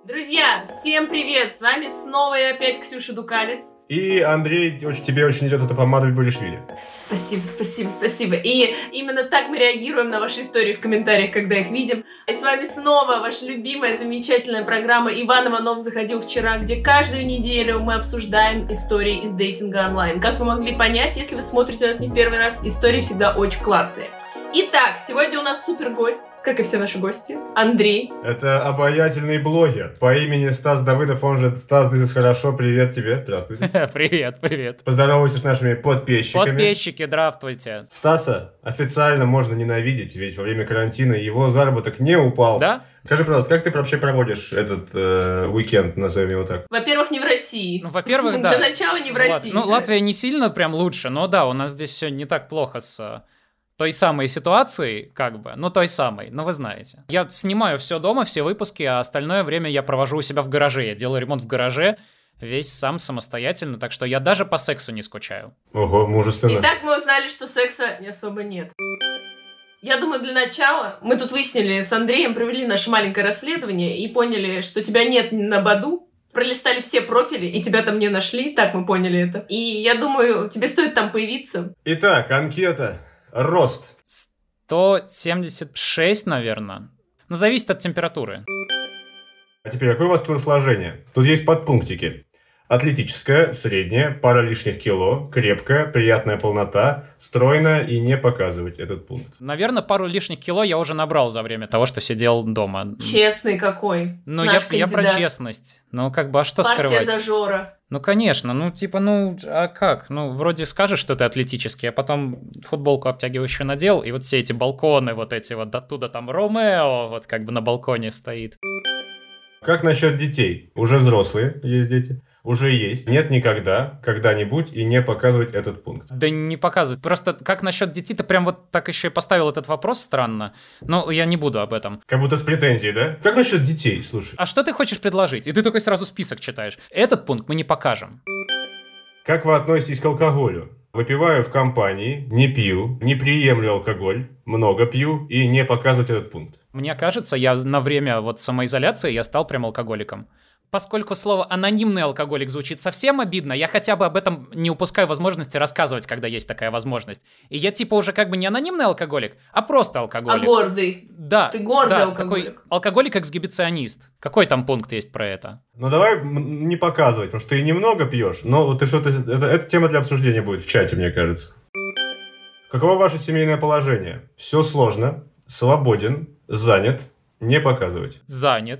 Друзья, всем привет! С вами снова и опять Ксюша Дукалис. И, Андрей, тебе очень идет эта помада Бибулишвили. Спасибо. И именно так мы реагируем на ваши истории в комментариях, когда их видим. И с вами снова ваша любимая, замечательная программа «Иван Иванов заходил вчера», где каждую неделю мы обсуждаем истории из дейтинга онлайн. Как вы могли понять, если вы смотрите нас не в первый раз, истории всегда очень классные. Итак, сегодня у нас супер гость, как и все наши гости, Андрей. Это обаятельный блогер по имени Стас Давыдов, он же Стас Дызис Хорошо. Привет тебе, здравствуйте. Привет. Поздоровайся с нашими подписчиками. Подписчики, здравствуйте. Стаса официально можно ненавидеть, ведь во время карантина его заработок не упал. Да? Скажи, пожалуйста, как ты вообще проводишь этот уикенд, назовем его так? Во-первых, не в России. Ну, во-первых, да. Для начала не в России. Ну, Латвия не сильно прям лучше, но да, у нас здесь все не так плохо с той самой ситуацией, той самой, но вы знаете. Я снимаю все дома, все выпуски, а остальное время я провожу у себя в гараже. Я делаю ремонт в гараже, весь сам самостоятельно, так что я даже по сексу не скучаю. Ого, мужественно. Итак, мы узнали, что секса не особо нет. Я думаю, для начала мы тут выяснили с Андреем, провели наше маленькое расследование и поняли, что тебя нет на Баду, пролистали все профили и тебя там не нашли, так мы поняли это. И я думаю, тебе стоит там появиться. Итак, анкета. Рост. 176, наверное. Ну, зависит от температуры. А теперь, какое у вас телосложение? Тут есть подпунктики. Атлетическая, средняя, пара лишних кило, крепкая, приятная полнота, стройная и не показывать этот пункт. Наверное, пару лишних кило я уже набрал за время того, что сидел дома. Честный какой. Ну, я про честность. Ну, а что скрывать? Партия зажора. Ну, конечно, а как? Ну, вроде скажешь, что ты атлетический, а потом футболку обтягивающую надел, и вот все эти балконы, вот эти вот оттуда там Ромео, вот на балконе стоит. Как насчет детей? Уже взрослые есть дети? Уже есть. Нет никогда, когда-нибудь, и не показывать этот пункт. Да не показывать. Просто как насчет детей? Ты прям вот так еще и поставил этот вопрос странно. Но я не буду об этом. Как будто с претензией, да? Как насчет детей, слушай? А что ты хочешь предложить? И ты такой сразу список читаешь. Этот пункт мы не покажем. Как вы относитесь к алкоголю? Выпиваю в компании, не пью, не приемлю алкоголь, много пью и не показывать этот пункт. Мне кажется, я на время самоизоляции я стал прям алкоголиком. Поскольку слово «анонимный алкоголик» звучит совсем обидно, я хотя бы об этом не упускаю возможности рассказывать, когда есть такая возможность. И я уже не анонимный алкоголик, а просто алкоголик. А гордый. Да. Ты гордый алкоголик. Такой алкоголик-эксгибиционист. Какой там пункт есть про это? Ну давай не показывать, потому что ты немного пьешь, но ты что-то... Это тема для обсуждения будет в чате, мне кажется. Каково ваше семейное положение? Все сложно, свободен, занят, не показывать. Занят.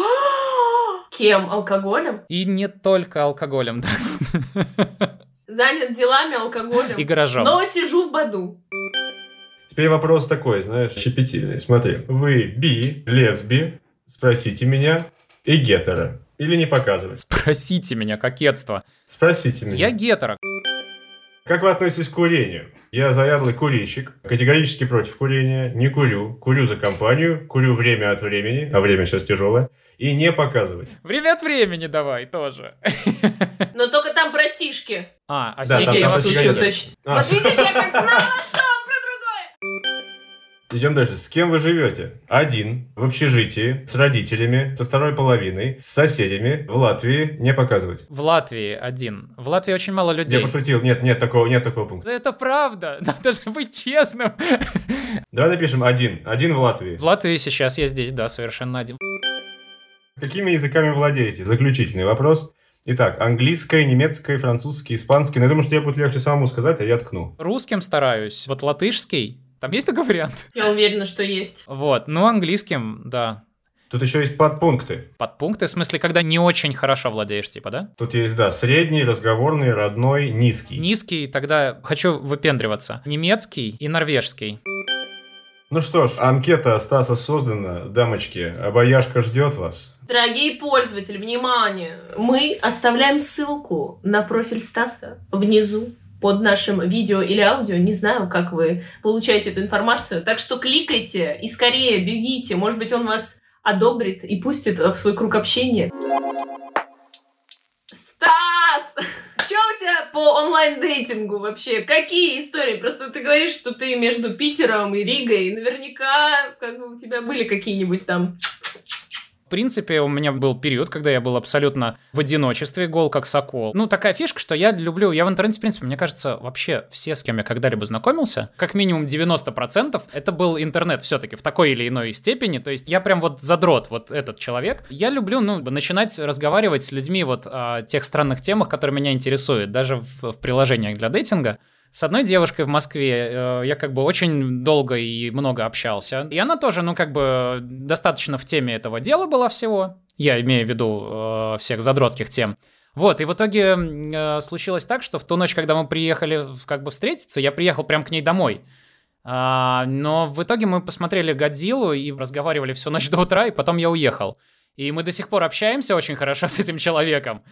Кем? Алкоголем? И не только алкоголем, да. Занят делами, алкоголем. И гаражом. Но сижу в Баду. Теперь вопрос такой, знаешь, щепетильный. Смотри, вы би, лесби, спросите меня, и гетеро. Или не показывать? Спросите меня, кокетство. Спросите меня. Я гетеро. Как вы относитесь к курению? Я заядлый курильщик, категорически против курения, не курю, курю за компанию, курю время от времени, а время сейчас тяжелое, и не показывать. Время от времени давай тоже. Но только там про сишки. Да, сишки я там вас учу точно. Вот видишь, я как знала, что он про другое. Идем дальше. С кем вы живете? Один, в общежитии, с родителями, со второй половиной, с соседями, в Латвии, не показывать. В Латвии один. В Латвии очень мало людей. Я пошутил, нет такого пункта. Это правда, надо же быть честным. Давай напишем один в Латвии. В Латвии сейчас я здесь, да, совершенно один. Какими языками владеете? Заключительный вопрос. Итак, английский, немецкий, французский, испанский. Но я думаю, что я будет легче самому сказать, а я ткну. Русским стараюсь. Вот латышский. Там есть такой вариант? Я уверена, что есть. Вот, английским, да. Тут еще есть подпункты. Подпункты, в смысле, когда не очень хорошо владеешь, да? Тут есть, да, средний, разговорный, родной, низкий. Низкий, тогда хочу выпендриваться. Немецкий и норвежский. Ну что ж, анкета Стаса создана, дамочки, обаяшка ждет вас. Дорогие пользователи, внимание! Мы оставляем ссылку на профиль Стаса внизу под нашим видео или аудио. Не знаю, как вы получаете эту информацию. Так что кликайте и скорее бегите. Может быть, он вас одобрит и пустит в свой круг общения. Стас! Что у тебя по онлайн-дейтингу вообще? Какие истории? Просто ты говоришь, что ты между Питером и Ригой. Наверняка у тебя были какие-нибудь там принципе, у меня был период, когда я был абсолютно в одиночестве, гол как сокол. Ну, такая фишка, что я люблю... Я в интернете, в принципе, мне кажется, вообще все, с кем я когда-либо знакомился, как минимум 90%, это был интернет все-таки в такой или иной степени. То есть я прям вот задрот, вот этот человек. Я люблю, начинать разговаривать с людьми вот о тех странных темах, которые меня интересуют, даже в приложениях для дейтинга. С одной девушкой в Москве я как бы очень долго и много общался. И она тоже, достаточно в теме этого дела была всего. Я имею в виду всех задротских тем. Вот, и в итоге случилось так, что в ту ночь, когда мы приехали как бы встретиться, я приехал прямо к ней домой. Но в итоге мы посмотрели «Годзиллу» и разговаривали всю ночь до утра, и потом я уехал. И мы до сих пор общаемся очень хорошо с этим человеком.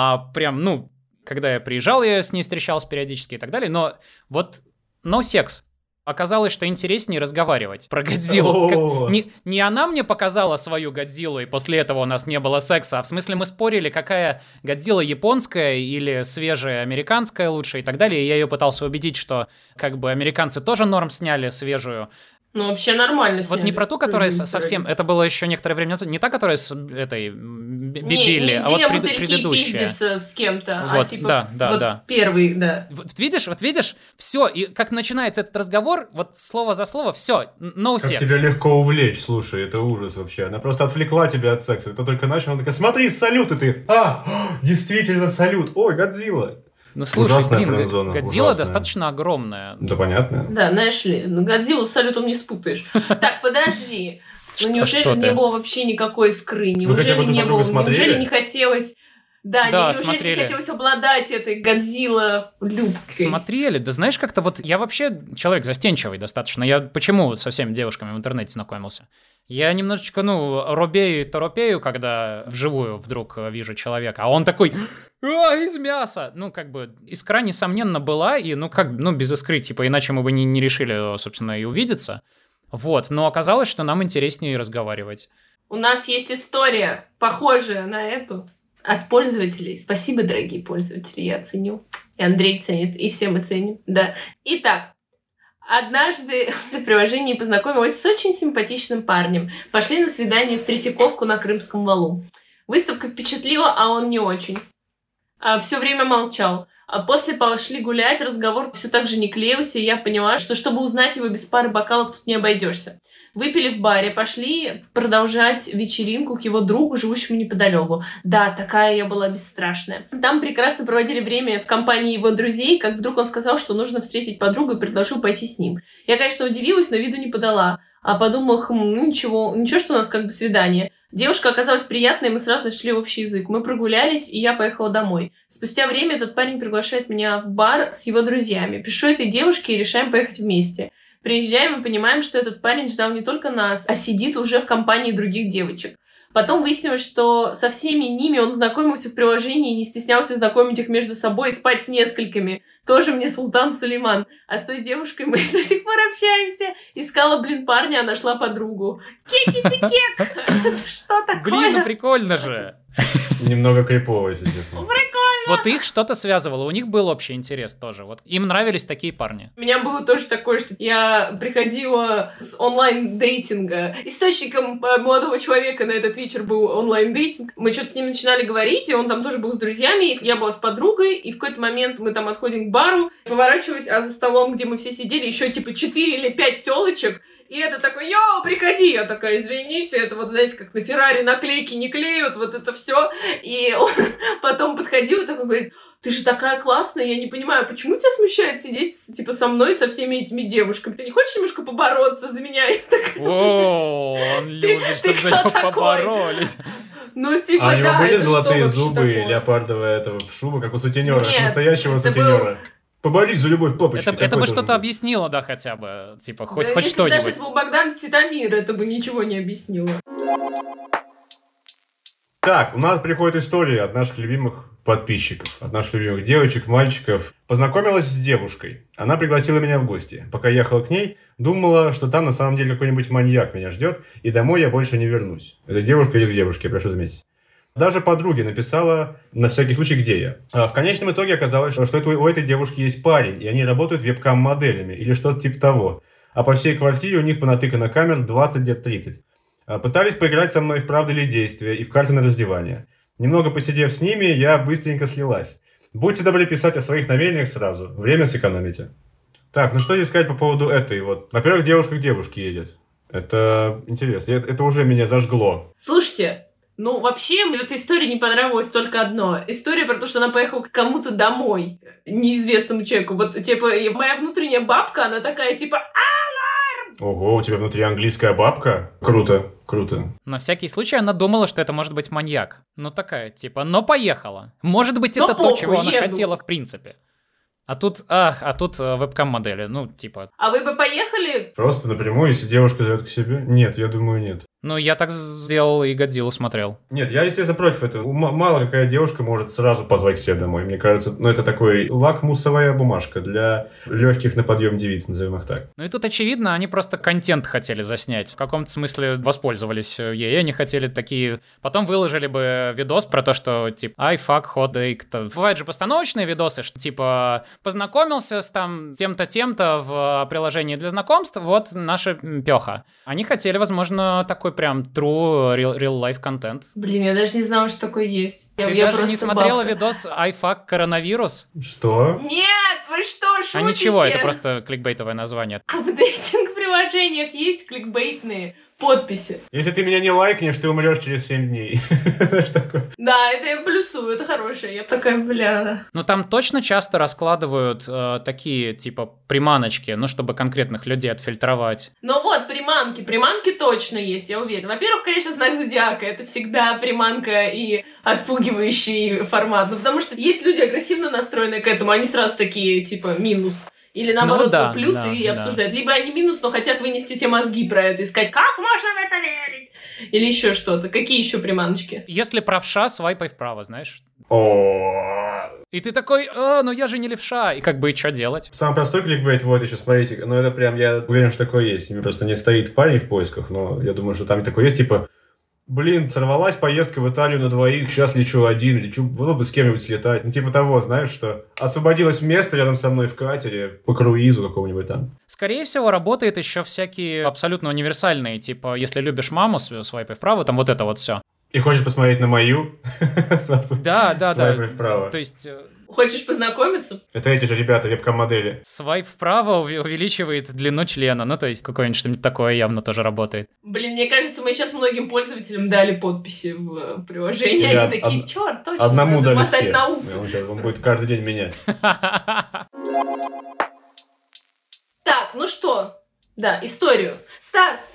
Когда я приезжал, я с ней встречался периодически и так далее, но вот no секс. Оказалось, что интереснее разговаривать про Годзиллу. Не она мне показала свою Годзиллу, и после этого у нас не было секса, а в смысле мы спорили, какая Годзилла японская или свежая американская лучше и так далее, и я ее пытался убедить, что как бы американцы тоже норм сняли свежую. Ну, вообще нормально сняли. Вот не про ту, которая совсем... Это было еще некоторое время назад. Не та, которая с этой... Билли, а вот предыдущая. Пиздится с кем-то, вот, да. Первый, да. Вот видишь, все, и как начинается этот разговор, вот слово за слово, все, no sex. Как тебя легко увлечь, слушай, это ужас вообще. Она просто отвлекла тебя от секса. Ты только начал, она такая, смотри, салют, и ты, действительно салют, ой, Годзилла. Ну слушай, френдзона, Годзилла достаточно огромная. Да, понятно. Да, знаешь ли, Годзиллу с салютом не спутаешь. Так, подожди. Ну неужели не было вообще никакой искры? Неужели не было? Неужели не хотелось... Да, неужели не хотелось обладать этой Годзилла любкой? Смотрели, да знаешь, как-то вот я вообще человек застенчивый достаточно. Я почему со всеми девушками в интернете знакомился? Я немножечко, робею и торопею, когда вживую вдруг вижу человека, а он такой, из мяса! Искра, несомненно, была, и, без искры, иначе мы бы не решили, собственно, и увидеться. Вот, но оказалось, что нам интереснее разговаривать. У нас есть история, похожая на эту, от пользователей. Спасибо, дорогие пользователи, я ценю. И Андрей ценит, и все мы ценим, да. Итак, однажды в приложении познакомилась с очень симпатичным парнем. Пошли на свидание в Третьяковку на Крымском валу. Выставка впечатлила, а он не очень. Все время молчал. А после пошли гулять, разговор все так же не клеился, и я поняла, что чтобы узнать его без пары бокалов, тут не обойдешься. Выпили в баре, пошли продолжать вечеринку к его другу, живущему неподалеку. Да, такая я была бесстрашная. Там прекрасно проводили время в компании его друзей, как вдруг он сказал, что нужно встретить подругу, и предложил пойти с ним. Я, конечно, удивилась, но виду не подала. А подумала, ничего, что у нас как бы свидание. Девушка оказалась приятной, мы сразу нашли общий язык. Мы прогулялись, и я поехала домой. Спустя время этот парень приглашает меня в бар с его друзьями. Пишу этой девушке и решаем поехать вместе. Приезжаем и понимаем, что этот парень ждал не только нас, а сидит уже в компании других девочек. Потом выяснилось, что со всеми ними он знакомился в приложении и не стеснялся знакомить их между собой и спать с несколькими. Тоже мне Султан Сулейман. А с той девушкой мы до сих пор общаемся. Искала, парня, а нашла подругу. Кекити-кек! Что такое? Прикольно же. Немного крипово, если честно. Прикольно! Вот их что-то связывало, у них был общий интерес тоже. Вот им нравились такие парни. У меня было тоже такое, что я приходила с онлайн-дейтинга. Источником молодого человека на этот вечер был онлайн-дейтинг. Мы что-то с ним начинали говорить, и он там тоже был с друзьями. Я была с подругой, и в какой-то момент мы там отходим к бару, поворачиваюсь, а за столом, где мы все сидели, еще 4 или 5 телочек. И это такой, йоу, приходи! Я такая, извините, это вот, знаете, как на Феррари наклейки не клеют, вот это все. И он потом подходил и такой говорит, ты же такая классная, я не понимаю, почему тебя смущает сидеть, со мной, со всеми этими девушками? Ты не хочешь немножко побороться за меня? О, он любит, чтобы за него поборолись. А у него были золотые зубы и леопардовая шуба, как у сутенера, настоящего сутенера? Поборись за любовь, папочки. Это бы что-то объяснило, да, хотя бы. Хоть что-нибудь. Если даже это был Богдан Титамир, это бы ничего не объяснило. Так, у нас приходит история от наших любимых подписчиков, от наших любимых девочек, мальчиков. Познакомилась с девушкой. Она пригласила меня в гости. Пока ехала к ней, думала, что там на самом деле какой-нибудь маньяк меня ждет, и домой я больше не вернусь. Это девушка или к девушке, прошу заметить. Даже подруге написала на всякий случай, где я. В конечном итоге оказалось, что у этой девушки есть парень, и они работают вебкам-моделями или что-то типа того. А по всей квартире у них понатыкано камер 20 лет 30. Пытались поиграть со мной в правду или действие и в карты на раздевание. Немного посидев с ними, я быстренько слилась. Будьте добры писать о своих намерениях сразу. Время сэкономите. Так, ну что здесь сказать по поводу этой вот? Во-первых, девушка к девушке едет. Это интересно. Это уже меня зажгло. Слушайте, ну, вообще, мне в этой истории не понравилось только одно. История про то, что она поехала к кому-то домой, неизвестному человеку. Вот, типа, моя внутренняя бабка, она такая, типа, Ого, у тебя внутри английская бабка? Круто, круто. На всякий случай она думала, что это может быть маньяк. Ну такая, типа, но поехала. Может быть, это то, чего она хотела в принципе. А тут вебкам-модели, ну, типа... А вы бы поехали? Просто напрямую, если девушка зовет к себе? Нет, я думаю, нет. Ну, я так сделал и Годзиллу смотрел. Нет, я, естественно, против этого. Мало какая девушка может сразу позвать к себе домой. Мне кажется, ну, это такой лакмусовая бумажка для легких на подъем девиц, назовем их так. Ну и тут очевидно, они просто контент хотели заснять. В каком-то смысле воспользовались ей. Они хотели такие... Потом выложили бы видос про то, что, типа, I fuck hot date. Бывают же постановочные видосы, что, типа, познакомился с там тем-то, тем-то в приложении для знакомств, вот наша пёха. Они хотели, возможно, такой прям true real life контент. Блин, я даже не знала, что такое есть. Ты даже не смотрела видос I fuck коронавирус? Что? Нет, вы что, шутите? А ничего, это просто кликбейтовое название. А в дейтинг-приложениях есть кликбейтные подписи? Если ты меня не лайкнешь, ты умрешь через 7 дней. Да, это я плюсую, это хорошее. Я такая, бля... Ну там точно часто раскладывают такие, типа, приманочки, ну, чтобы конкретных людей отфильтровать. Ну вот, приманки точно есть, я уверена. Во-первых, конечно, знак зодиака, это всегда приманка и отпугивающий формат. Ну, потому что есть люди агрессивно настроенные к этому, они сразу такие, типа, минус. Или наоборот, ну, да, плюс да, и обсуждают. Либо они минус, но хотят вынести те мозги про это и сказать, как можно в это верить? Или еще что-то. Какие еще приманочки? Если правша, свайпай вправо, знаешь? О. И ты такой, ну я же не левша. И как бы, и что делать? Самый простой кликбейт, вот еще, смотрите. Ну, это прям, я уверен, что такое есть. Мне просто не стоит парень в поисках, но я думаю, что там такое есть, типа... Блин, сорвалась поездка в Италию на двоих, сейчас лечу один, было бы с кем-нибудь слетать. Ну, типа того, знаешь, что освободилось место рядом со мной в катере, по круизу какого-нибудь там. Скорее всего, работает еще всякие абсолютно универсальные, типа, если любишь маму, свайпай вправо, там вот это вот все. И хочешь посмотреть на мою? Да. Свайпай вправо. То есть... Хочешь познакомиться? Это эти же ребята, вебкам-модели. Свайп вправо увеличивает длину члена. Ну, то есть, какое-нибудь что-нибудь такое явно тоже работает. Блин, мне кажется, мы сейчас многим пользователям дали подписи в приложении. Они такие, чёрт, точно, одному надо дали мотать все. на ус. Он будет каждый день менять. Так, ну что? Да, историю. Стас!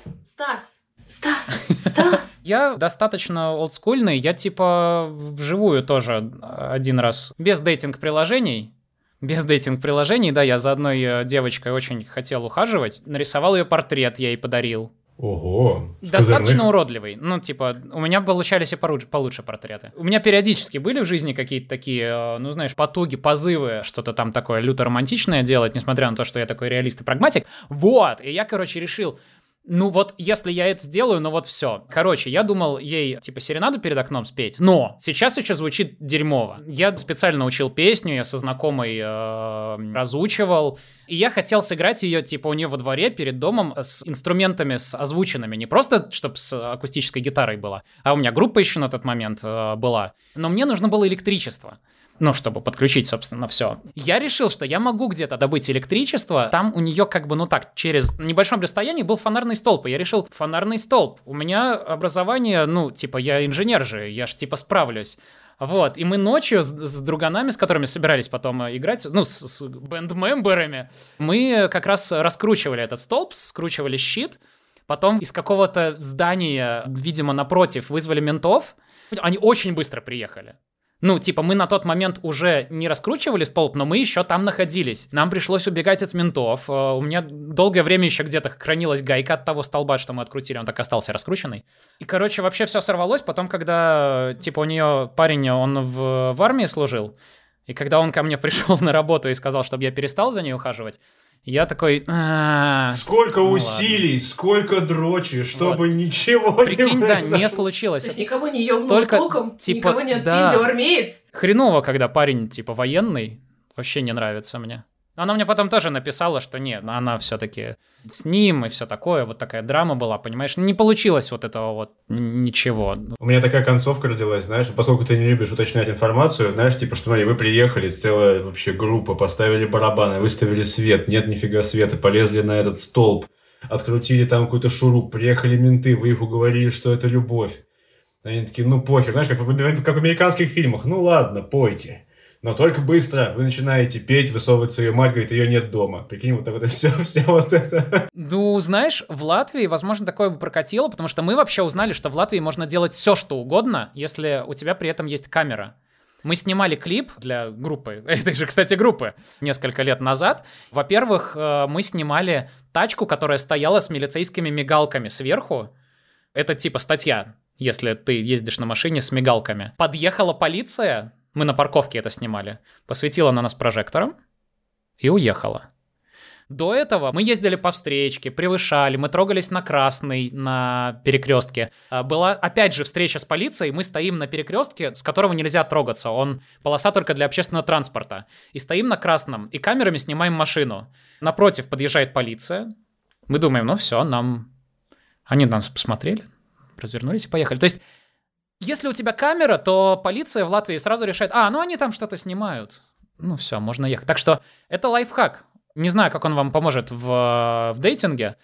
Я достаточно олдскульный, я типа вживую тоже один раз. Без дейтинг-приложений, да, я за одной девочкой очень хотел ухаживать. Нарисовал ее портрет, я ей подарил. Ого! Достаточно уродливый. Ну, типа, у меня получались и получше портреты. У меня периодически были в жизни какие-то такие, ну, знаешь, потуги, позывы, что-то там такое люто романтичное делать, несмотря на то, что я такой реалист и прагматик. Вот, и я, короче, решил... Ну вот, если я это сделаю, ну вот все. Короче, я думал ей, типа, серенаду перед окном спеть, но сейчас еще звучит дерьмово. Я специально учил песню, я со знакомой разучивал, и я хотел сыграть ее, типа, у нее во дворе перед домом с инструментами, с озвученными. Не просто, чтобы с акустической гитарой была, а у меня группа еще на тот момент была. Но мне нужно было электричество. Ну, чтобы подключить, собственно, все. Я решил, что я могу где-то добыть электричество. Там у нее как бы, ну так, через небольшом расстоянии был фонарный столб. И я решил, фонарный столб. У меня образование, ну, типа, я инженер же, я ж, типа, справлюсь. Вот, и мы ночью с друганами, с которыми собирались потом играть, ну, с бэнд-мемберами, мы как раз раскручивали этот столб, скручивали щит. Потом из какого-то здания, видимо, напротив, вызвали ментов. Они очень быстро приехали. Ну, типа, мы на тот момент уже не раскручивали столб, но мы еще там находились. Нам пришлось убегать от ментов. У меня долгое время еще где-то хранилась гайка от того столба, что мы открутили, он так остался раскрученный. И, короче, вообще все сорвалось потом, когда, типа, у нее парень, он в армии служил, и когда он ко мне пришел на работу и сказал, чтобы я перестал за ней ухаживать, я такой... Сколько усилий, сколько дрочи, чтобы ничего Прикинь, не произошло. Да, не случилось. То есть никого не ёбнул током, типа, никого не отпиздил армеец? Хреново, когда парень, типа, военный, вообще не нравится мне. Она мне потом тоже написала, что нет, она все-таки с ним и все такое, вот такая драма была, понимаешь? Не получилось вот этого вот ничего. У меня такая концовка родилась, знаешь, поскольку ты не любишь уточнять информацию, знаешь, типа, что, смотри, вы приехали, целая вообще группа, поставили барабаны, выставили свет, нет нифига света, полезли на этот столб, открутили там какой-то шуруп, приехали менты, вы их уговорили, что это любовь. Они такие, ну похер, знаешь, как в американских фильмах, ну ладно, пойте. Но только быстро вы начинаете петь, высовывается ее мать, говорит, ее нет дома. Прикинь, вот так вот все вот это. Ну, знаешь, в Латвии, возможно, такое бы прокатило, потому что мы вообще узнали, что в Латвии можно делать все, что угодно, если у тебя при этом есть камера. Мы снимали клип для группы, этой же, кстати, группы, несколько лет назад. Во-первых, мы снимали тачку, которая стояла с милицейскими мигалками сверху. Это типа статья, если ты ездишь на машине с мигалками. Подъехала полиция, мы на парковке это снимали, посветила на нас прожектором и уехала. До этого мы ездили по встречке, превышали, мы трогались на красный на перекрестке. Была опять же встреча с полицией, мы стоим на перекрестке, с которого нельзя трогаться, он полоса только для общественного транспорта. И стоим на красном, и камерами снимаем машину. Напротив подъезжает полиция, мы думаем, ну все, они нас посмотрели, развернулись и поехали. То есть, если у тебя камера, то полиция в Латвии сразу решает, ну они там что-то снимают. Ну все, можно ехать. Так что это лайфхак. Не знаю, как он вам поможет в дейтинге,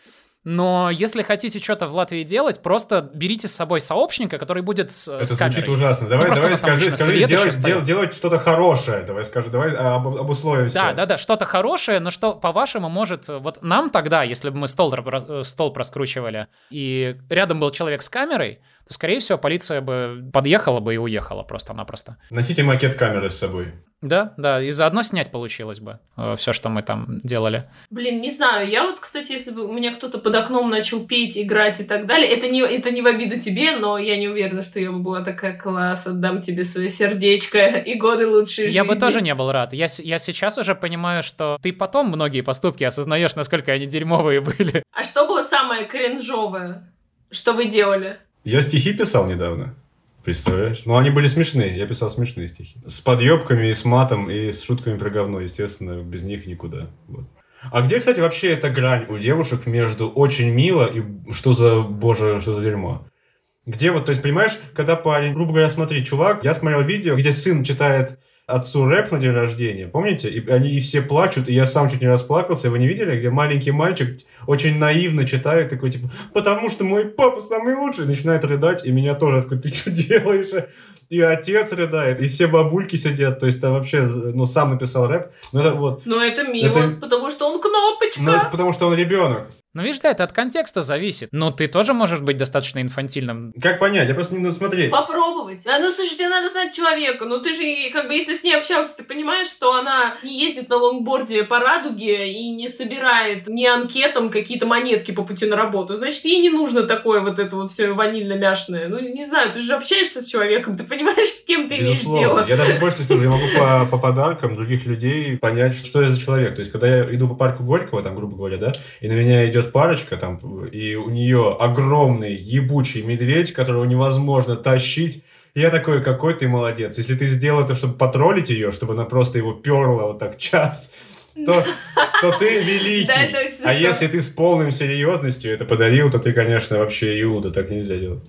но если хотите что-то в Латвии делать, просто берите с собой сообщника, который будет с камерой. Это звучит ужасно. Давай скажи, делать что-то хорошее. Давай обусловимся. Да, что-то хорошее, но что, по-вашему, может... Вот нам тогда, если бы мы стол раскручивали, и рядом был человек с камерой, то, скорее всего, полиция бы подъехала бы и уехала просто-напросто. Носите макет камеры с собой. Да, и заодно снять получилось бы все, что мы там делали. Блин, не знаю, я вот, кстати, если бы у меня кто-то под окном начал петь, играть и так далее, это не в обиду тебе, но я не уверена, что я бы была такая, класс, отдам тебе свое сердечко и годы лучшей жизни. Я бы тоже не был рад. Я сейчас уже понимаю, что ты потом многие поступки осознаешь, насколько они дерьмовые были. А что было самое кринжовое, что вы делали? Я стихи писал недавно. Представляешь? Ну, они были смешные, я писал смешные стихи. С подъебками и с матом, и с шутками про говно, естественно, без них никуда. Вот. А где, кстати, вообще эта грань у девушек между очень мило и что за дерьмо? Где вот, то есть, понимаешь, когда парень, грубо говоря, смотри, чувак, я смотрел видео, где сын читает отцу рэп на день рождения, помните? И они все плачут, и я сам чуть не расплакался, вы не видели? Где маленький мальчик очень наивно читает, такой, типа, потому что мой папа самый лучший, начинает рыдать, и меня тоже такой, ты что делаешь? И отец рыдает, и все бабульки сидят, то есть там вообще, сам написал рэп. Но это вот. Но это мило, потому что он кнопочка. Ну, это потому что он ребенок. Ну, видишь, да, это от контекста зависит. Но ты тоже можешь быть достаточно инфантильным. Как понять? Я просто не смотри. Попробовать. Слушай, тебе надо знать человека. Ты же, если с ней общался, ты понимаешь, что она не ездит на лонгборде по радуге и не собирает ни анкетам какие-то монетки по пути на работу. Значит, ей не нужно такое вот это вот все ванильно-мяшное. Не знаю, ты же общаешься с человеком, ты понимаешь, с кем ты имеешь дело. Я даже больше скажу, я могу по подаркам других людей понять, что я за человек. То есть, когда я иду по парку Горького, там, грубо говоря, да, и на меня идет парочка, там, и у нее огромный ебучий медведь, которого невозможно тащить. И я такой, какой ты молодец. Если ты сделал это, чтобы потроллить ее, чтобы она просто его перла вот так час, то ты великий. А если ты с полной серьезностью это подарил, то ты, конечно, вообще Иуда. Так нельзя делать.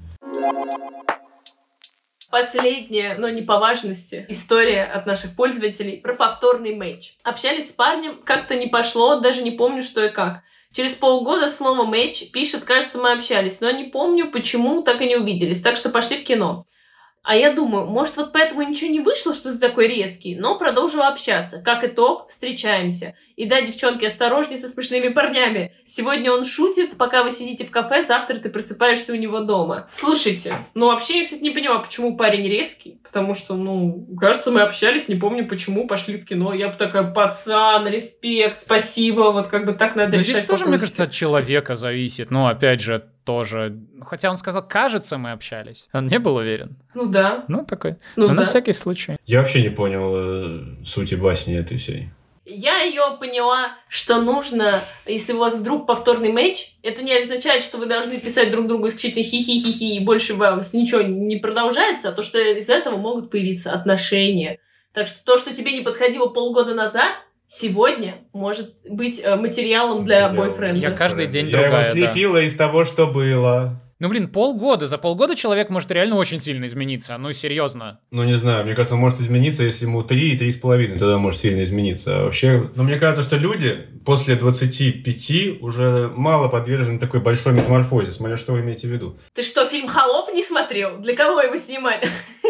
Последняя, но не по важности, история от наших пользователей про повторный матч. Общались с парнем, как-то не пошло, даже не помню, что и как. Через полгода слово «матч» пишет, кажется, мы общались, но не помню, почему так и не увиделись, так что пошли в кино. А я думаю, может, вот поэтому ничего не вышло, что ты такой резкий, но продолжила общаться. Как итог, встречаемся. И да, девчонки, осторожней со смешными парнями. Сегодня он шутит, пока вы сидите в кафе, завтра ты просыпаешься у него дома. Слушайте, вообще я, кстати, не поняла, почему парень резкий, потому что, кажется, мы общались, не помню почему, пошли в кино. Я бы такая, пацан, респект, спасибо, вот как бы так надо решать. Здесь тоже, мне кажется, от человека зависит, опять же, тоже. Хотя он сказал, кажется, мы общались. Он не был уверен. Да. Такой. На всякий случай. Я вообще не понял сути басни этой всей. Я ее поняла, что нужно, если у вас вдруг повторный матч, это не означает, что вы должны писать друг другу исключительно хи-хи-хи-хи, и больше вам ничего не продолжается, а то, что из этого могут появиться отношения. Так что то, что тебе не подходило полгода назад, сегодня может быть материалом для бойфренда. Я каждый день Я другая, его слепила из того, что было. Ну, блин, полгода. За полгода человек может реально очень сильно измениться. Ну, серьезно. Ну, не знаю, мне кажется, он может измениться, если ему 3 и 3,5, тогда может сильно измениться. А вообще, мне кажется, что люди после 25 уже мало подвержены такой большой метаморфозе, смотря что вы имеете в виду. Ты что, фильм «Холоп» не смотрел? Для кого его снимали?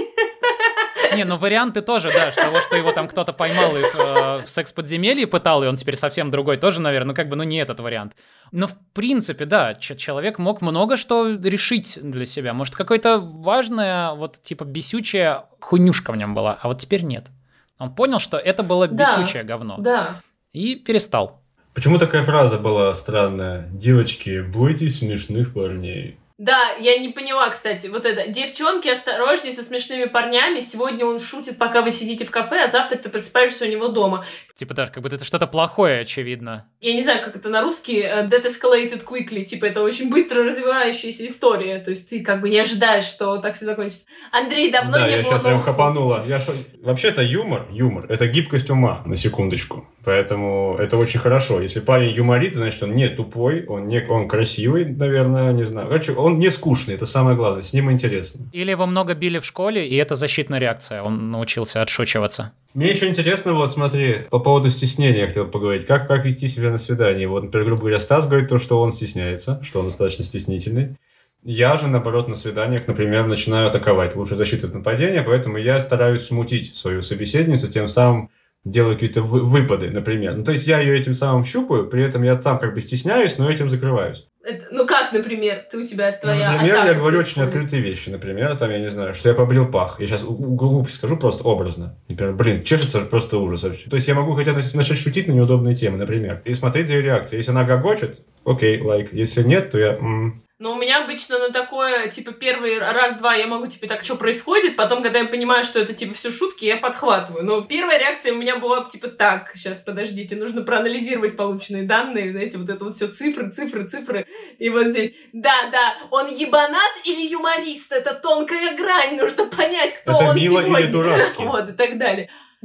Не, ну варианты тоже, да, того, что его там кто-то поймал и в секс-подземелье пытал, и он теперь совсем другой, тоже, наверное, не этот вариант. Но в принципе, да, человек мог много что решить для себя. Может, какая-то важная, бесючая хуйнюшка в нем была, а вот теперь нет. Он понял, что это было бесючее говно. Да. И перестал. Почему такая фраза была странная? Девочки, бойтесь смешных парней. Да, я не поняла, кстати, вот это. Девчонки, осторожней со смешными парнями. Сегодня он шутит, пока вы сидите в кафе, а завтра ты просыпаешься у него дома. Типа даже как будто это что-то плохое, очевидно. Я не знаю, как это на русский. That escalated quickly. Типа это очень быстро развивающаяся история. То есть ты как бы не ожидаешь, что так все закончится. Андрей, давно не было. Да, я сейчас прям хапанула. Вообще-то юмор, это гибкость ума, на секундочку. Поэтому это очень хорошо. Если парень юморит, значит, он не тупой, он красивый, наверное, не знаю. Короче, он не скучный, это самое главное, с ним интересно. Или его много били в школе, и это защитная реакция, он научился отшучиваться. Мне еще интересно, вот смотри, по поводу стеснения я хотел поговорить. Как вести себя на свидании? Вот, например, грубо говоря, Стас говорит то, что он стесняется, что он достаточно стеснительный. Я же, наоборот, на свиданиях, например, начинаю атаковать. Лучше защита от нападения, поэтому я стараюсь смутить свою собеседницу, тем самым делаю какие-то выпады, например. Ну, то есть я ее этим самым щупаю, при этом я сам как бы стесняюсь, но этим закрываюсь. Ну как, например, у тебя твоя например, атака я говорю происходит? очень открытые вещи. Например, там, я не знаю, что я побрил пах. Я сейчас глупо скажу просто образно. Например, чешется просто ужас вообще. То есть я могу хотя бы начать шутить на неудобные темы, например, и смотреть за ее реакцией. Если она гогочет, окей, лайк. Если нет, то я... Но у меня обычно на такое, типа, первый раз-два я могу, типа, так, что происходит, потом, когда я понимаю, что это, типа, все шутки, я подхватываю. Но первая реакция у меня была, типа, так, сейчас, подождите, нужно проанализировать полученные данные, знаете, вот это вот все цифры, и вот здесь, да, он ебанат или юморист, это тонкая грань, нужно понять, кто это он мило сегодня. Или дурацкий. Вот, и так далее.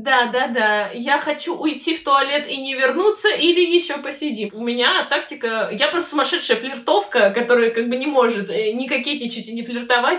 Да, я хочу уйти в туалет и не вернуться, или еще посидим. У меня тактика... Я просто сумасшедшая флиртовка, которая как бы не может ни кокетничать и не флиртовать.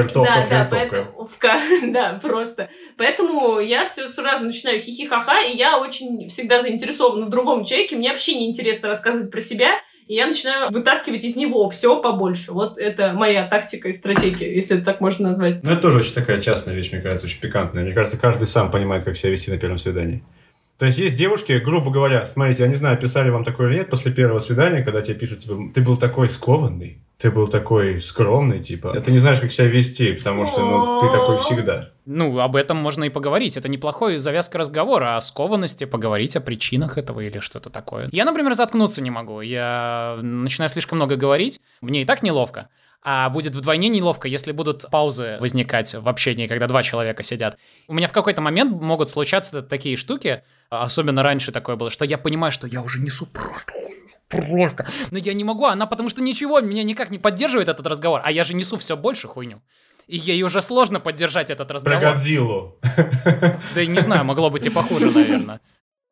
Флиртовка. Да, просто. Поэтому я все сразу начинаю хихи-ха-ха, и я очень всегда заинтересована в другом человеке. Мне вообще не интересно рассказывать про себя. И я начинаю вытаскивать из него все побольше. Вот это моя тактика и стратегия, если это так можно назвать. Ну, это тоже очень такая частная вещь, мне кажется, очень пикантная. Мне кажется, каждый сам понимает, как себя вести на первом свидании. То есть есть девушки, грубо говоря, смотрите, я не знаю, писали вам такое или нет, после первого свидания, когда тебе пишут, типа, ты был такой скованный, ты был такой скромный, типа, ты не знаешь, как себя вести, потому что, ты такой всегда. Ну, об этом можно и поговорить. Это неплохой завязка разговора о скованности, поговорить о причинах этого или что-то такое. Я, например, заткнуться не могу. Я начинаю слишком много говорить, мне и так неловко. А будет вдвойне неловко, если будут паузы возникать в общении, когда два человека сидят. У меня в какой-то момент могут случаться такие штуки, особенно раньше такое было, что я понимаю, что я уже несу просто. Но я не могу, она потому что ничего, меня никак не поддерживает этот разговор, а я же несу все больше хуйню. И ей уже сложно поддержать этот разговор. Про Годзиллу. Да не знаю, могло быть и похуже, наверное.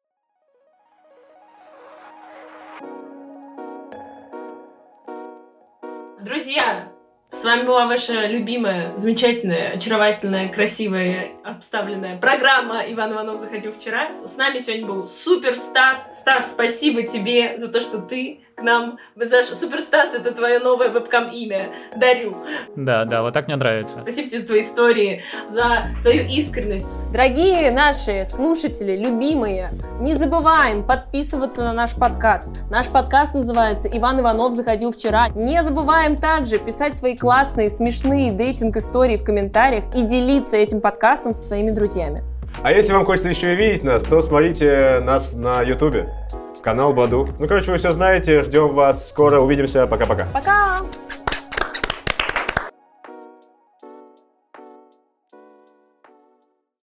Друзья, с вами была ваша любимая, замечательная, очаровательная, красивая, обставленная программа «Иван Иванов заходил вчера». С нами сегодня был Супер Стас. Стас, спасибо тебе за то, что ты к нам... Супер Стас — это твое новое вебкам-имя. Дарю. Да, вот так мне нравится. Спасибо тебе за твои истории, за твою искренность. Дорогие наши слушатели, любимые, не забываем подписываться на наш подкаст. Наш подкаст называется «Иван Иванов заходил вчера». Не забываем также писать свои классные, смешные дейтинг-истории в комментариях и делиться этим подкастом со своими друзьями. А если вам хочется еще и видеть нас, то смотрите нас на Ютубе. Канал Баду. Ну, короче, вы все знаете. Ждем вас. Скоро увидимся. Пока-пока. Пока!